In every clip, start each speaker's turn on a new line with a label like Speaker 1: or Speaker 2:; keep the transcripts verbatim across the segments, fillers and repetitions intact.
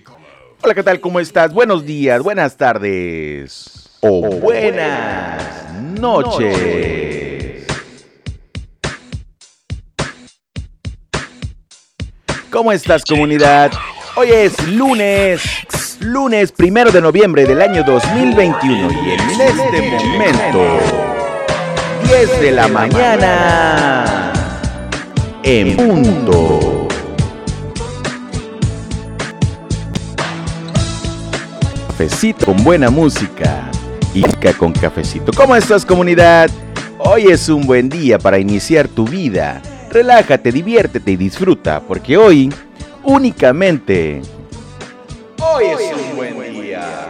Speaker 1: Hola, ¿qué tal? ¿Cómo estás? Buenos días, buenas tardes o buenas noches. ¿Cómo estás, comunidad? Hoy es lunes, lunes primero de noviembre del año dos mil veintiuno y en este momento, diez de la mañana, en punto. Cafecito con buena música y con cafecito. ¿Cómo estás, comunidad? Hoy es un buen día para iniciar tu vida. Relájate, diviértete y disfruta, porque hoy únicamente hoy es un buen día.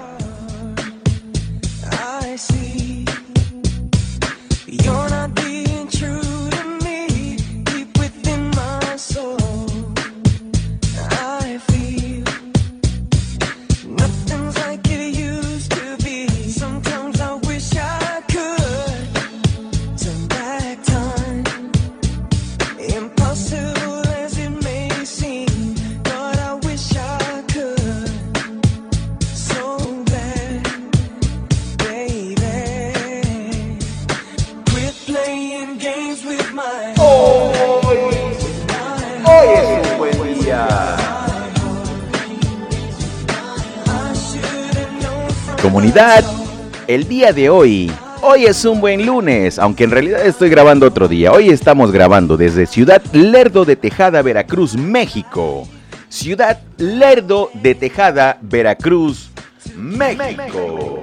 Speaker 1: Comunidad, el día de hoy, hoy es un buen lunes, aunque en realidad estoy grabando otro día. Hoy estamos grabando desde Ciudad Lerdo de Tejada, Veracruz, México. Ciudad Lerdo de Tejada, Veracruz, México.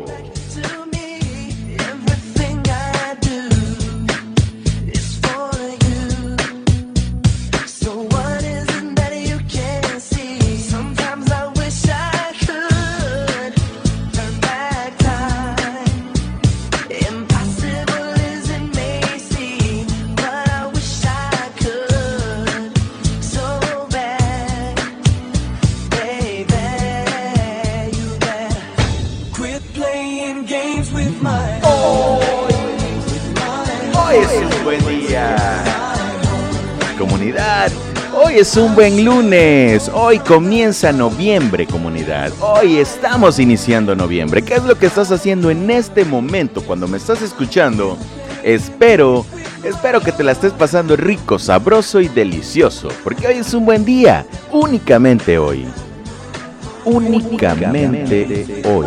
Speaker 1: Comunidad, hoy es un buen lunes, hoy comienza noviembre, comunidad, hoy estamos iniciando noviembre. ¿Qué es lo que estás haciendo en este momento cuando me estás escuchando? Espero, espero que te la estés pasando rico, sabroso y delicioso, porque hoy es un buen día, únicamente hoy, únicamente hoy.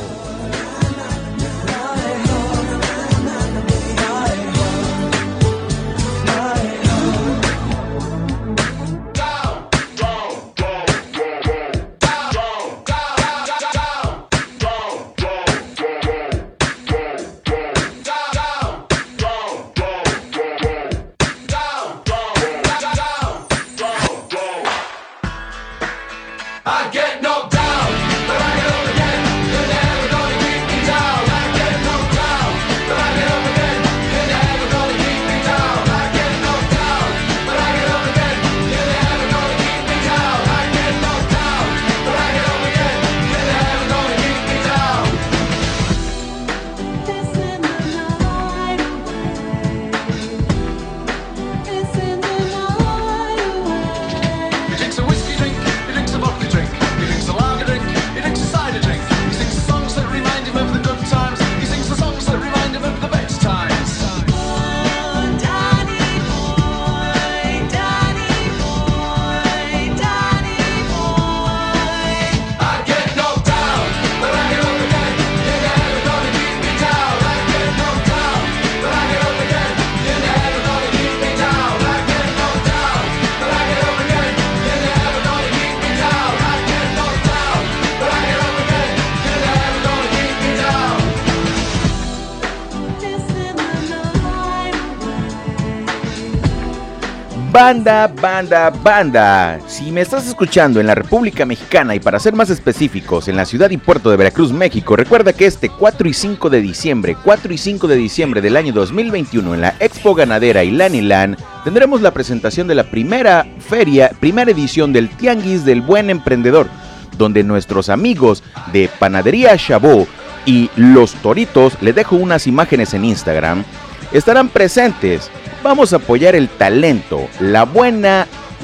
Speaker 1: Banda, banda, banda, si me estás escuchando en la República Mexicana y para ser más específicos en la ciudad y puerto de Veracruz, México, recuerda que este cuatro y cinco de diciembre, cuatro y cinco de diciembre del año dos mil veintiuno en la Expo Ganadera Ilan-Ilan tendremos la presentación de la primera feria, primera edición del Tianguis del Buen Emprendedor, donde nuestros amigos de Panadería Chabot y Los Toritos, les dejo unas imágenes en Instagram, estarán presentes. Vamos a apoyar el talento, la buena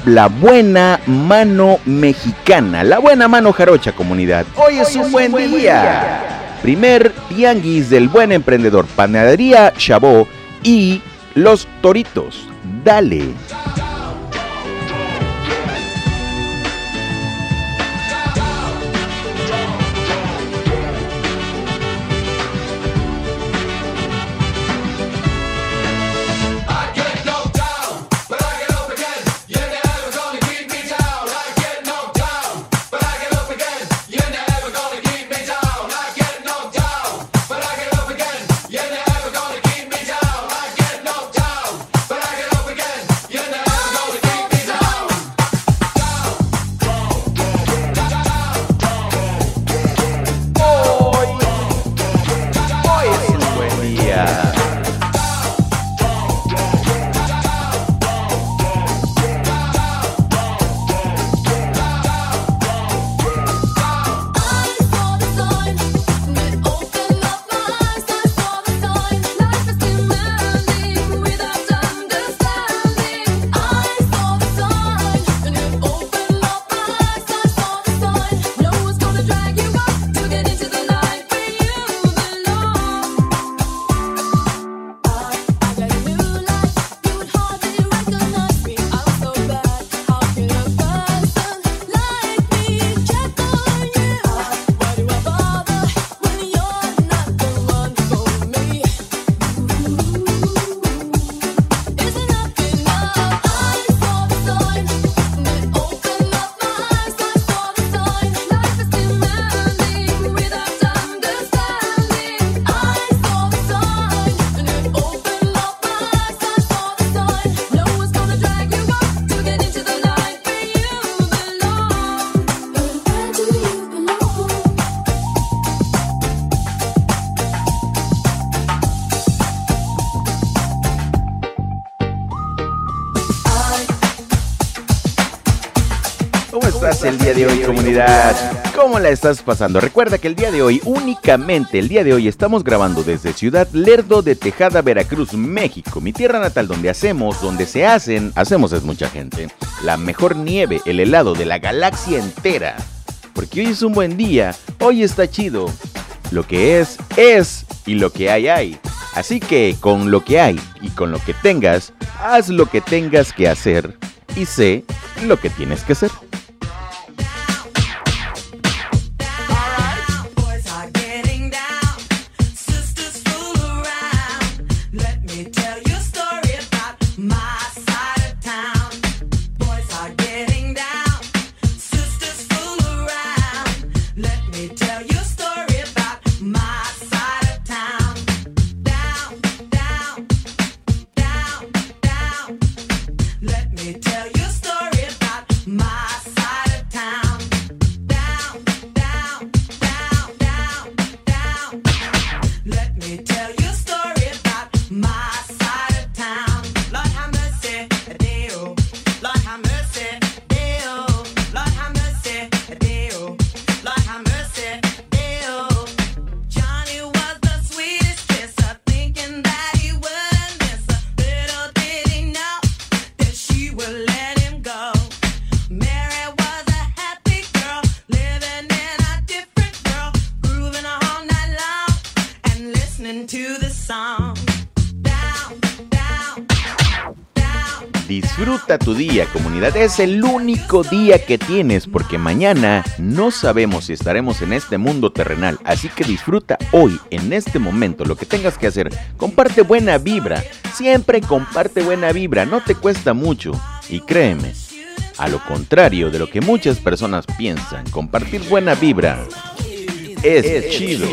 Speaker 1: la buena mano mexicana, la buena mano jarocha, comunidad. Hoy es un buen día. Primer tianguis del buen emprendedor, Panadería Chabot y Los Toritos. Dale. El día de hoy, comunidad, ¿cómo la estás pasando? Recuerda que el día de hoy, únicamente el día de hoy, estamos grabando desde Ciudad Lerdo de Tejada, Veracruz, México, mi tierra natal, donde hacemos, donde se hacen, hacemos es mucha gente, la mejor nieve, el helado de la galaxia entera. Porque hoy es un buen día, hoy está chido, lo que es, es, y lo que hay, hay. Así que con lo que hay y con lo que tengas, haz lo que tengas que hacer y sé lo que tienes que hacer. Disfruta tu día, comunidad. Es el único día que tienes porque mañana no sabemos si estaremos en este mundo terrenal. Así que disfruta hoy, en este momento, lo que tengas que hacer. Comparte buena vibra. Siempre comparte buena vibra. No te cuesta mucho. Y créeme, a lo contrario de lo que muchas personas piensan, compartir buena vibra es, es chido.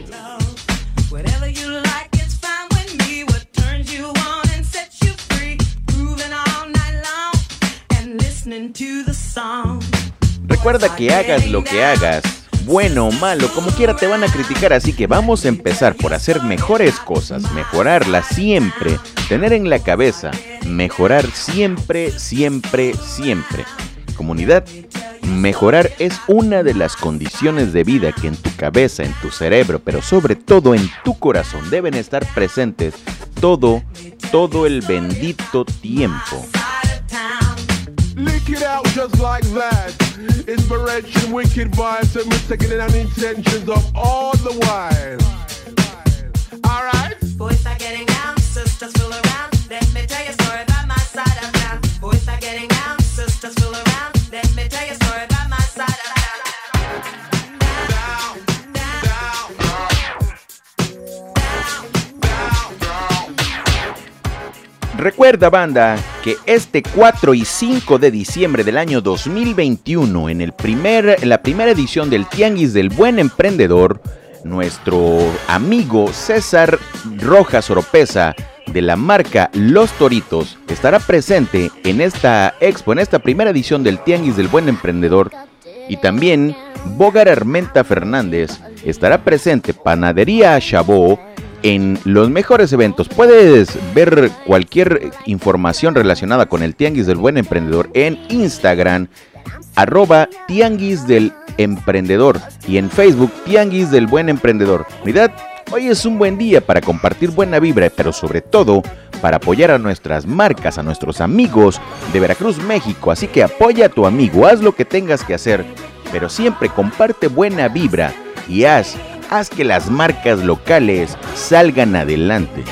Speaker 1: Recuerda que hagas lo que hagas, bueno o malo, como quiera te van a criticar, así que vamos a empezar por hacer mejores cosas, mejorarlas siempre, tener en la cabeza, mejorar siempre, siempre, siempre. Comunidad, mejorar es una de las condiciones de vida que en tu cabeza, en tu cerebro, pero sobre todo en tu corazón deben estar presentes todo, todo el bendito tiempo.
Speaker 2: Lick it out just like that. Inspiration, wicked vibes, and we're taking in intentions of all the while. Alright?
Speaker 3: Boys are getting down, sisters fool around. Let me tell you a story about my side of town. Boys are getting down, sisters fool around. Let me tell you a story about my side of town.
Speaker 1: Recuerda, banda, que este cuatro y cinco de diciembre del año dos mil veintiuno, en, el primer, en la primera edición del Tianguis del Buen Emprendedor, nuestro amigo César Rojas Oropesa, de la marca Los Toritos, estará presente en esta expo, en esta primera edición del Tianguis del Buen Emprendedor. Y también Bogar Armenta Fernández estará presente, Panadería Chabot, en los mejores eventos. Puedes ver cualquier información relacionada con el Tianguis del Buen Emprendedor en Instagram, arroba Tianguis del Emprendedor, y en Facebook, Tianguis del Buen Emprendedor. Unidad, hoy es un buen día para compartir buena vibra, pero sobre todo para apoyar a nuestras marcas, a nuestros amigos de Veracruz, México. Así que apoya a tu amigo, haz lo que tengas que hacer, pero siempre comparte buena vibra y haz Haz que las marcas locales salgan adelante.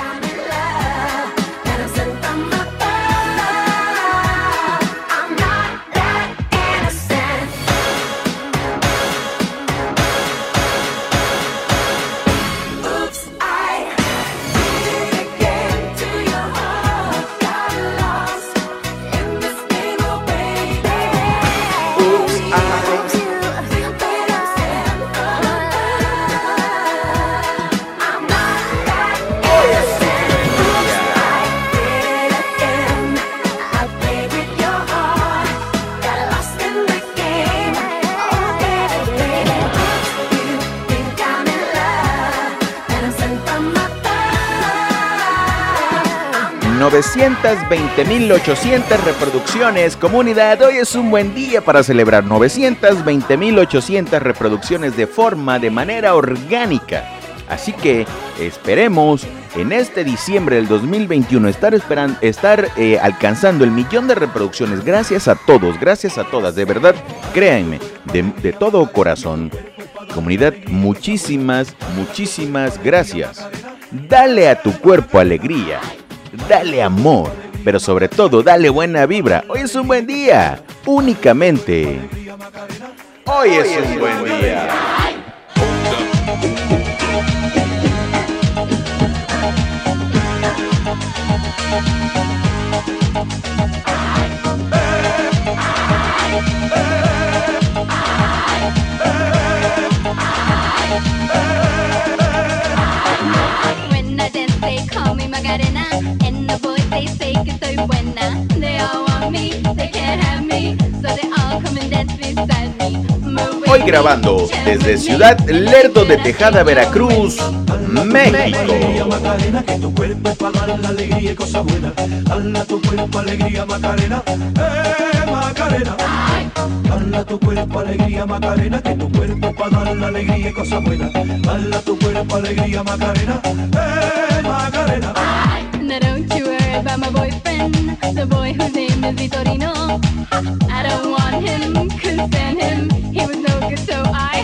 Speaker 1: novecientas veinte mil ochocientas reproducciones, comunidad. Hoy es un buen día para celebrar novecientas veinte mil ochocientas reproducciones de forma, de manera orgánica. Así que esperemos en este diciembre del dos mil veintiuno estar, esperando, estar eh, alcanzando el millón de reproducciones. Gracias a todos, gracias a todas, de verdad, créanme, de, de todo corazón. Comunidad, muchísimas, muchísimas gracias. Dale a tu cuerpo alegría. Dale amor, pero sobre todo dale buena vibra. Hoy es un buen día, únicamente. Hoy es un buen día.
Speaker 4: Macarena, and the boys they say que soy buena. They all want me, they can't have me, so they all come and dance beside me.
Speaker 1: Hoy grabando desde Ciudad Lerdo de Tejada, Veracruz, México.
Speaker 5: Macarena, que tu cuerpo es para dar la alegría y cosa buena. Dale a tu cuerpo alegría, Macarena, eh, Macarena. Dale a tu cuerpo alegría, Macarena, que tu cuerpo es para dar la alegría y cosa buena. Dale a tu cuerpo alegría, Macarena, eh, Macarena.
Speaker 4: Now don't you worry about my boyfriend, the boy whose name is Vitorino. I don't want him, couldn't stand him, he was no good, so I...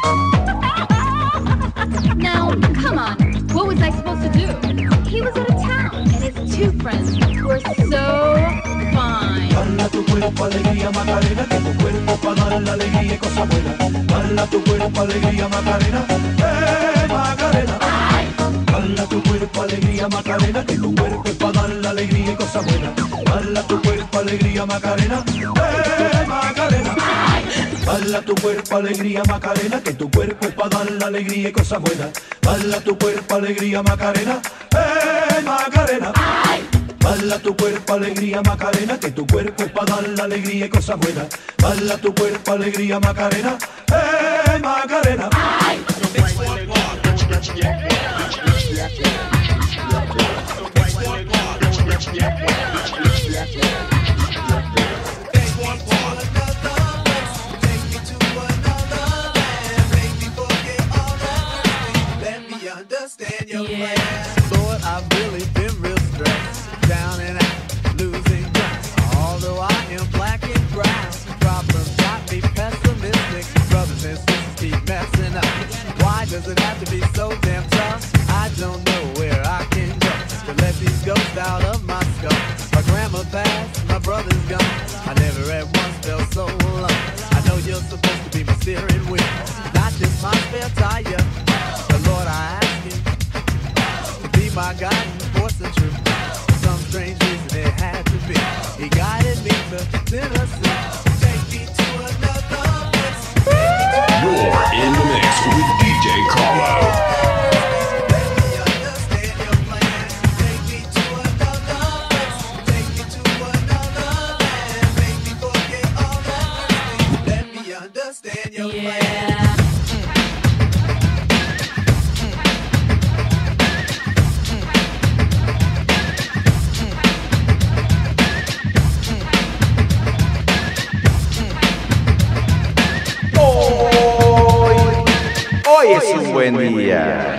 Speaker 4: Now, come on, what was I supposed to do? He was out of town, and his two friends were so fine.
Speaker 5: Dale a tu cuerpo alegría, Macarena, que tu cuerpo para dar la alegría y cosa buena. Dale a tu cuerpo alegría, Macarena, eh, Macarena. Dale a tu cuerpo alegría, Macarena, que tu cuerpo es para dar la alegría y cosa buena. Dale a tu cuerpo alegría, Macarena, eh, Macarena. Dale a tu cuerpo alegría, Macarena, que tu cuerpo es para dar la alegría y cosa buena. Dale a tu cuerpo alegría, Macarena, eh, Macarena. Dale a tu cuerpo alegría, Macarena, que tu cuerpo es para dar la alegría y cosa buena. Dale a tu cuerpo alegría, Macarena, eh, Macarena.
Speaker 6: Yeah. Lord, I've really been real stressed, down and out, losing grass. Although I am black brothers and sisters keep messing up. Why does it have to be so damn tough? I don't know where I can go to let these ghosts out of my skull. My grandma passed, my brother's gone. I never at once felt so alone. I know you're supposed to be my steering wheel, not just my spare tire. But Lord, I ask you to be my guiding force and truth. For some strange reason it had to be. He guided me to Tennessee. Take me to another place.
Speaker 7: You're in the mix with D J Carlo.
Speaker 6: Let me understand your plan. Take me to another place. Take me to another land. Make me forget all that hurts me. Let me understand your plan.
Speaker 1: Hoy es un buen día.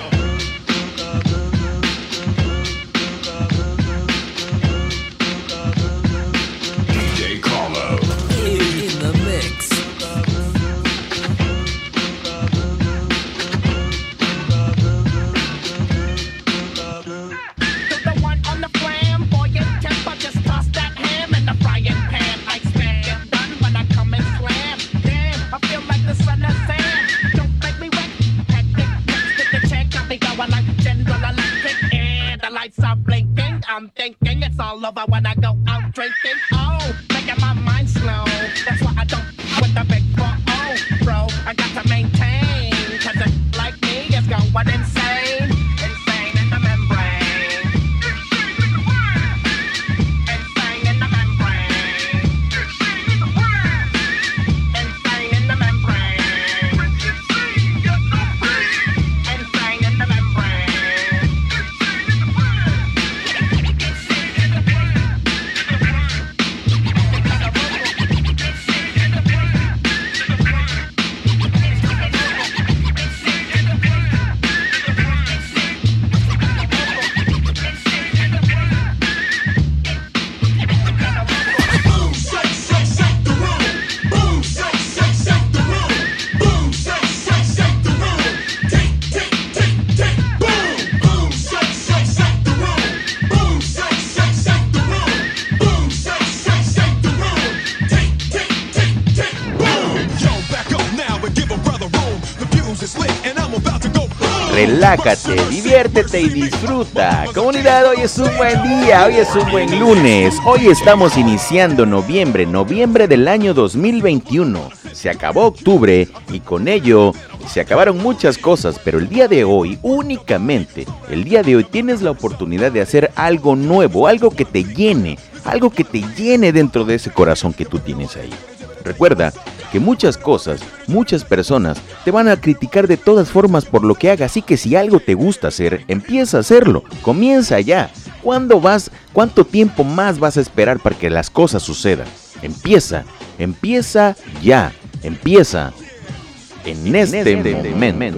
Speaker 7: D J Carlo.
Speaker 6: In the mix.
Speaker 8: The one on the flamboyant temper, just toss that ham in the frying pan. I expect it done when I come and slam. Damn, I feel like the son of Sam. Don't make me wet. Hectic, next to the check, I'll be going like General Electric. And the lights are blinking. I'm thinking it's all over when I go out drinking. Oh, making my mind slow. That's why I don't with the big four oh, bro. I got to maintain, cause a like me is going insane. Insane in the membrane. Insane in the membrane. Insane in the membrane. Insane in the
Speaker 7: Boom, shake, shake, shake the room. Boom, shake, shake, shake the room. Boom, shake, shake, shake the room. Tick, tick, tick, tick, boom. Boom, shake, shake, shake the room. Boom, shake, shake, shake the room. Boom, shake, shake, shake the room. Tick, tick, tick, tick, boom. Yo, back up now and give a brother room. The fuse is lit and I'm about to go boom.
Speaker 1: Relájate, diviértete y disfruta. Comunidad, hoy es un buen día, hoy es un buen lunes. Hoy estamos iniciando noviembre, noviembre del año dos mil veintiuno. Se acabó octubre y con ello se acabaron muchas cosas, pero el día de hoy, únicamente el día de hoy, tienes la oportunidad de hacer algo nuevo, algo que te llene, algo que te llene dentro de ese corazón que tú tienes ahí. Recuerda que muchas cosas, muchas personas te van a criticar de todas formas por lo que hagas, así que si algo te gusta hacer, empieza a hacerlo, comienza ya. ¿Cuándo vas, cuánto tiempo más vas a esperar para que las cosas sucedan? Empieza, empieza ya, empieza en este momento.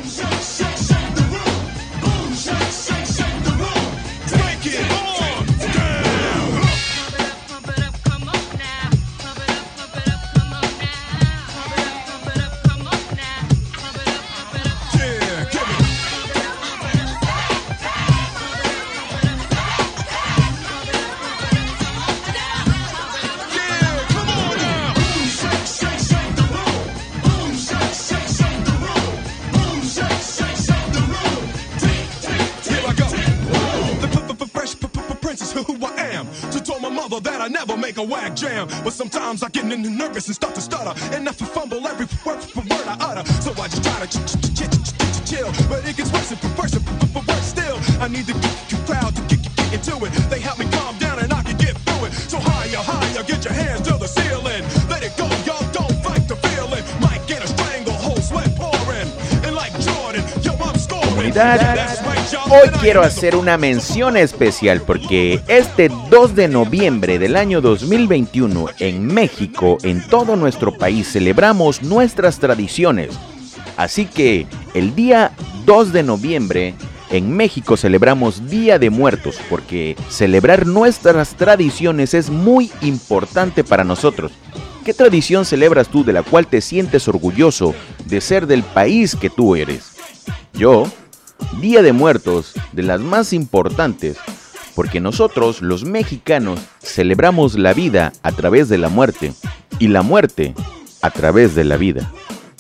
Speaker 7: That I never make a whack jam, but sometimes I get nervous and start to stutter, and I fumble every word word I utter. So I just try to chill, but it gets worse and worse and worse still. I need the crowd to get into it. They help me calm down and I can get through it. So higher, higher, get your hands to the ceiling. Let it go, y'all don't fight the feeling. Might get a stranglehold, sweat pouring, and like Jordan, yo, I'm scoring.
Speaker 1: Comunidad, hoy quiero hacer una mención especial porque este dos de noviembre del año dos mil veintiuno en México, en todo nuestro país, celebramos nuestras tradiciones. Así que el día dos de noviembre En México celebramos Día de Muertos porque celebrar nuestras tradiciones es muy importante para nosotros. ¿Qué tradición celebras tú de la cual te sientes orgulloso de ser del país que tú eres? Yo, Día de Muertos, de las más importantes, porque nosotros, los mexicanos, celebramos la vida a través de la muerte y la muerte a través de la vida.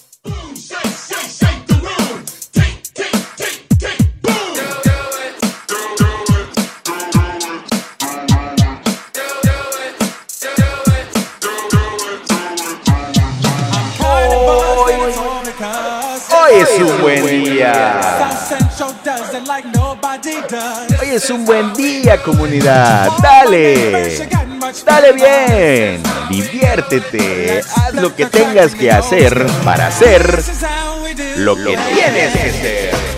Speaker 1: Hoy es un buen día. Hoy es un buen día, comunidad. Dale. Dale bien. Diviértete. Haz lo que tengas que hacer para hacer lo que tienes que hacer.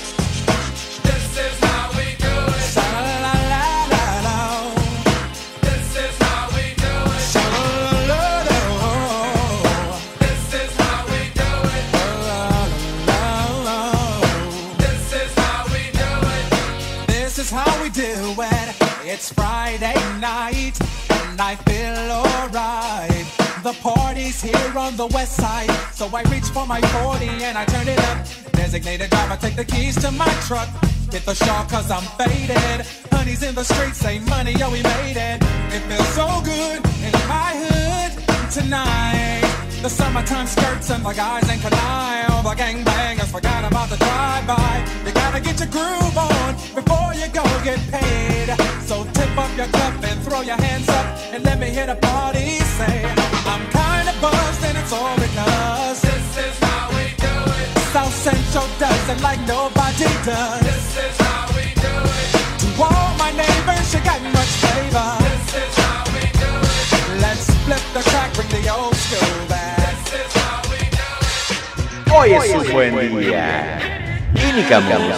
Speaker 9: It's Friday night and I feel alright. The party's here on the west side, so I reach for my forty and I turn it up. Designated driver, take the keys to my truck. Hit the shawl cause I'm faded. Honey's in the streets, say money, yo, we made it. It feels so good in my hood tonight. The summertime skirts and the guys in Canal. The gangbangers forgot about the drive-by. You gotta get your groove on before you go get paid. So tip up your cup and throw your hands up and let me hit a party. Say, I'm kinda buzzed and it's all because this is how we do it. South Central does it like nobody does. This is how we do it. To all my neighbors, you got much flavor. This is how we do it. Let's flip the track, bring the old school back. This is how we do it.
Speaker 1: Hoy es un buen día. Iniciamos.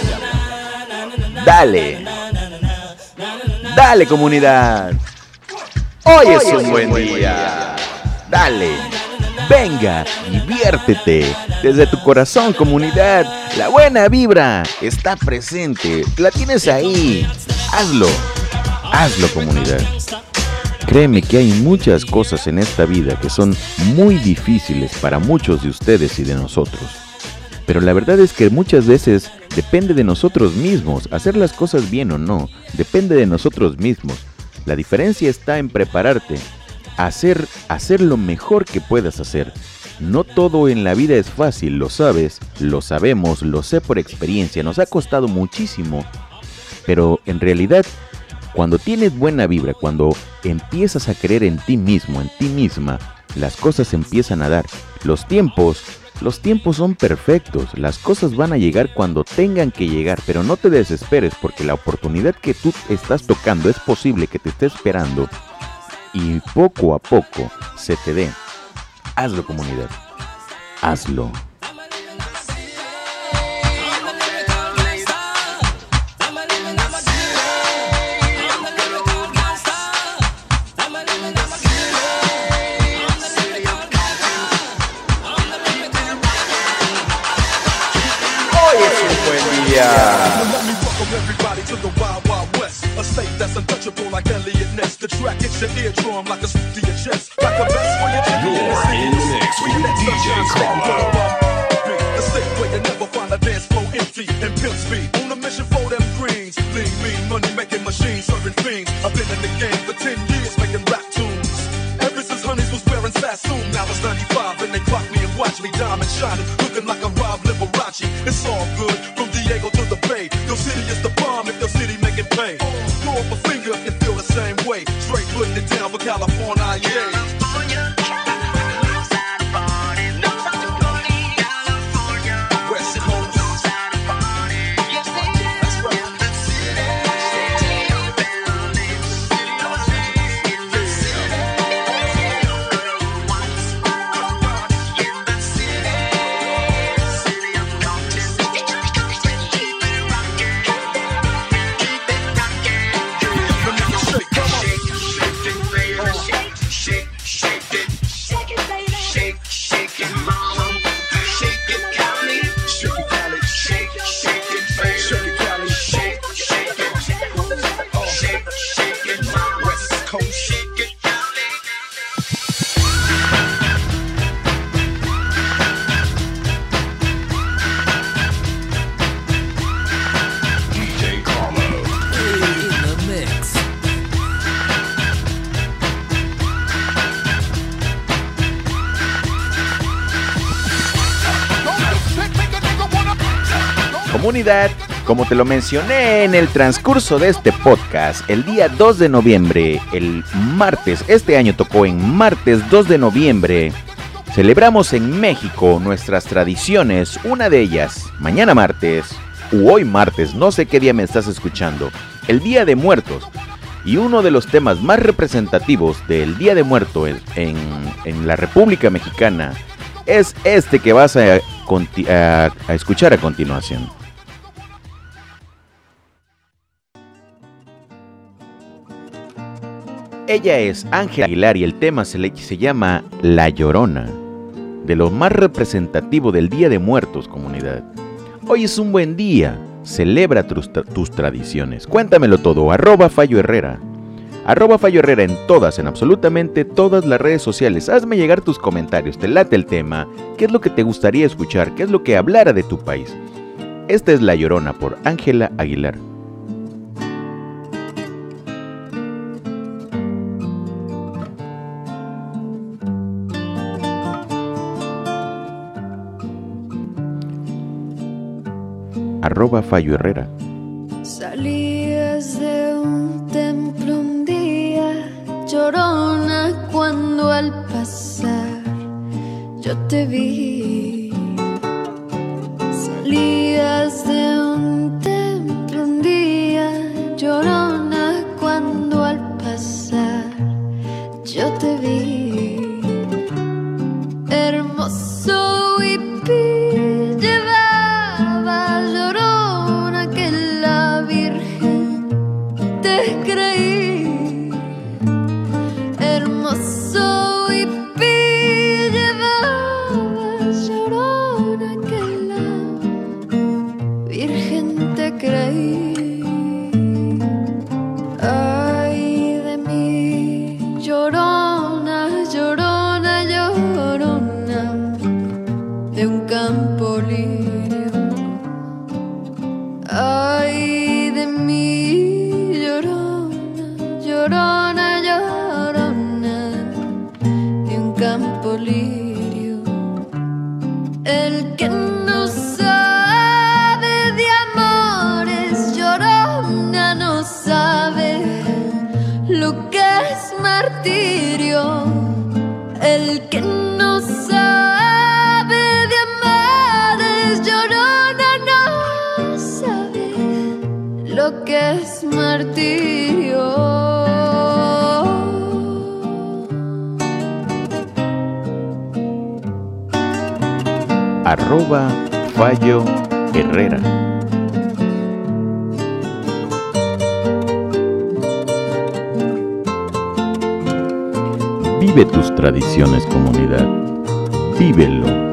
Speaker 1: Dale. Dale, comunidad. Hoy es un buen día. Dale. Venga, diviértete. Desde tu corazón, comunidad. La buena vibra está presente. La tienes ahí. Hazlo. Hazlo, comunidad. Créeme que hay muchas cosas en esta vida que son muy difíciles para muchos de ustedes y de nosotros. Pero la verdad es que muchas veces depende de nosotros mismos hacer las cosas bien o no. Depende de nosotros mismos. La diferencia está en prepararte, hacer, hacer lo mejor que puedas hacer. No todo en la vida es fácil, lo sabes, lo sabemos, lo sé por experiencia. Nos ha costado muchísimo, pero en realidad, cuando tienes buena vibra, cuando empiezas a creer en ti mismo, en ti misma, las cosas empiezan a dar. Los tiempos... Los tiempos son perfectos, las cosas van a llegar cuando tengan que llegar, pero no te desesperes porque la oportunidad que tú estás tocando es posible que te esté esperando y poco a poco se te dé. Hazlo, comunidad, hazlo.
Speaker 7: Let me welcome everybody to the Wild Wild West, a state that's untouchable like Elliot Ness. The track hits your eardrum like a swoop to your chest. Like the best for your chicken in the city. You're in the mix with D J Carlo. The state where you never find a dance floor empty and pimp speed. On a mission for them greens. Lean, mean, money making machines, serving fiends. I've been in the game for ten years making rap tunes. Ever since Honeys was wearing Sassoon, now it's ninety-five and they clock me and watch me diamond shining, looking like a Rob Liberace. It's all good from Diego to the Bay. Your city is the bomb if your city make it pay. Throw up a finger if you feel the same way. Straight putting it down for California, yeah. West Coast. That's right.
Speaker 1: Comunidad, como te lo mencioné en el transcurso de este podcast, el día dos de noviembre, el martes, este año tocó en martes dos de noviembre, celebramos en México nuestras tradiciones, una de ellas, mañana martes, u hoy martes, no sé qué día me estás escuchando, el Día de Muertos. Y uno de los temas más representativos del Día de Muertos en, en, en la República Mexicana es este que vas a, a, a escuchar a continuación. Ella es Ángela Aguilar y el tema se, le, se llama La Llorona, de lo más representativo del Día de Muertos, comunidad. Hoy es un buen día, celebra tus, tus tradiciones. Cuéntamelo todo, arroba Fallo Herrera. Arroba Fallo Herrera en todas, en absolutamente todas las redes sociales. Hazme llegar tus comentarios, te late el tema, qué es lo que te gustaría escuchar, qué es lo que hablara de tu país. Esta es La Llorona por Ángela Aguilar. Arroba Fallo Herrera.
Speaker 10: Salías de un templo un día, llorona, cuando al pasar yo te vi. Salías de un templo un día, llorona, cuando al pasar yo te vi. Hermoso hippie llevaba llorona que la Virgen te creí. Hermoso hippie llevaba llorona que la Virgen te creí. Ay de mí, llorona, llorona, llorona de un campo lirio. Ay de mí, llorona, llorona, llorona de un campo lirio. El que no sabe de amores, llorona, no sabe lo que es martirio. El que no sabe de amores, llorona, no sabe lo que es martirio.
Speaker 1: Arroba Fallo Herrera. Vive tus tradiciones, comunidad. Vívelo.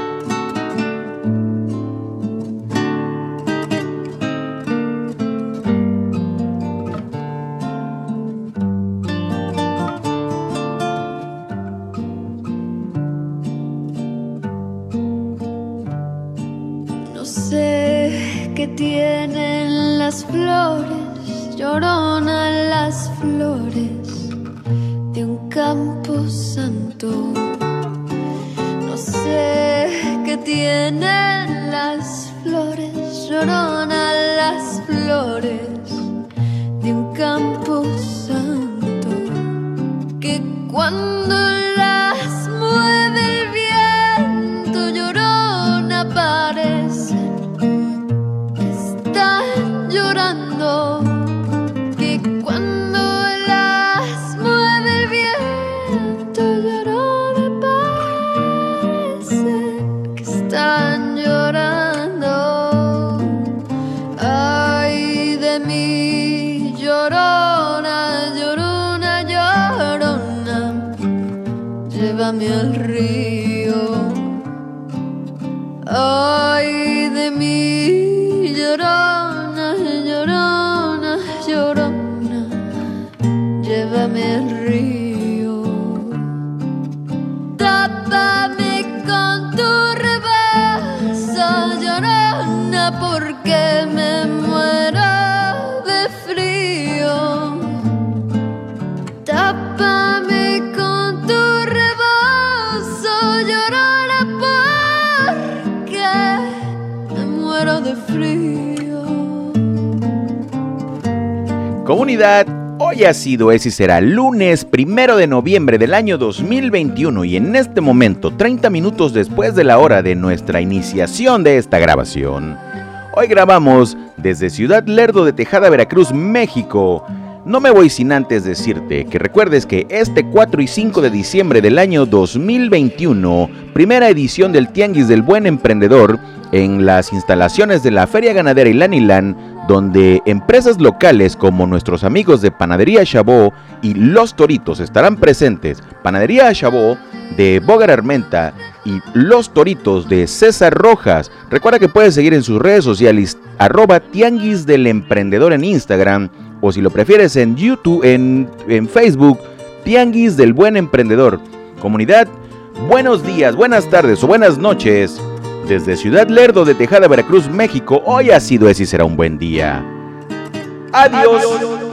Speaker 10: No sé qué tienen las flores, llorona, las flores de un campo santo. No sé qué tienen las flores, llorona, las flores de un campo santo, que cuando las mueve el viento, llorona, parecen que están llorando. Que cuando las mueve el viento, llorona, parecen que están llorando. Ay de mí, llorona, llorona, llorona, llévame al río. Ay de mí, llorona, llorona, llorona, llévame al río. Tápame con tu rebazo, llorona, porque me muero de frío. Tápame con tu rebozo, llorona, porque me muero de frío.
Speaker 1: Comunidad, hoy ha sido, es y será lunes primero de noviembre del año dos mil veintiuno y en este momento, treinta minutos después de la hora de nuestra iniciación de esta grabación. Hoy grabamos desde Ciudad Lerdo de Tejada, Veracruz, México. No me voy sin antes decirte que recuerdes que este cuatro y cinco de diciembre del año dos mil veintiuno, primera edición del Tianguis del Buen Emprendedor, en las instalaciones de la Feria Ganadera Ilanilán, donde empresas locales como nuestros amigos de Panadería Chabó y Los Toritos estarán presentes. Panadería Chabó de Bogar Armenta y Los Toritos de César Rojas. Recuerda que puedes seguir en sus redes sociales, arroba Tianguis del Emprendedor en Instagram, o si lo prefieres en YouTube, en, en Facebook, Tianguis del Buen Emprendedor. Comunidad, buenos días, buenas tardes o buenas noches. Desde Ciudad Lerdo de Tejada, Veracruz, México, hoy ha sido, ese y será un buen día. Adiós. Adiós.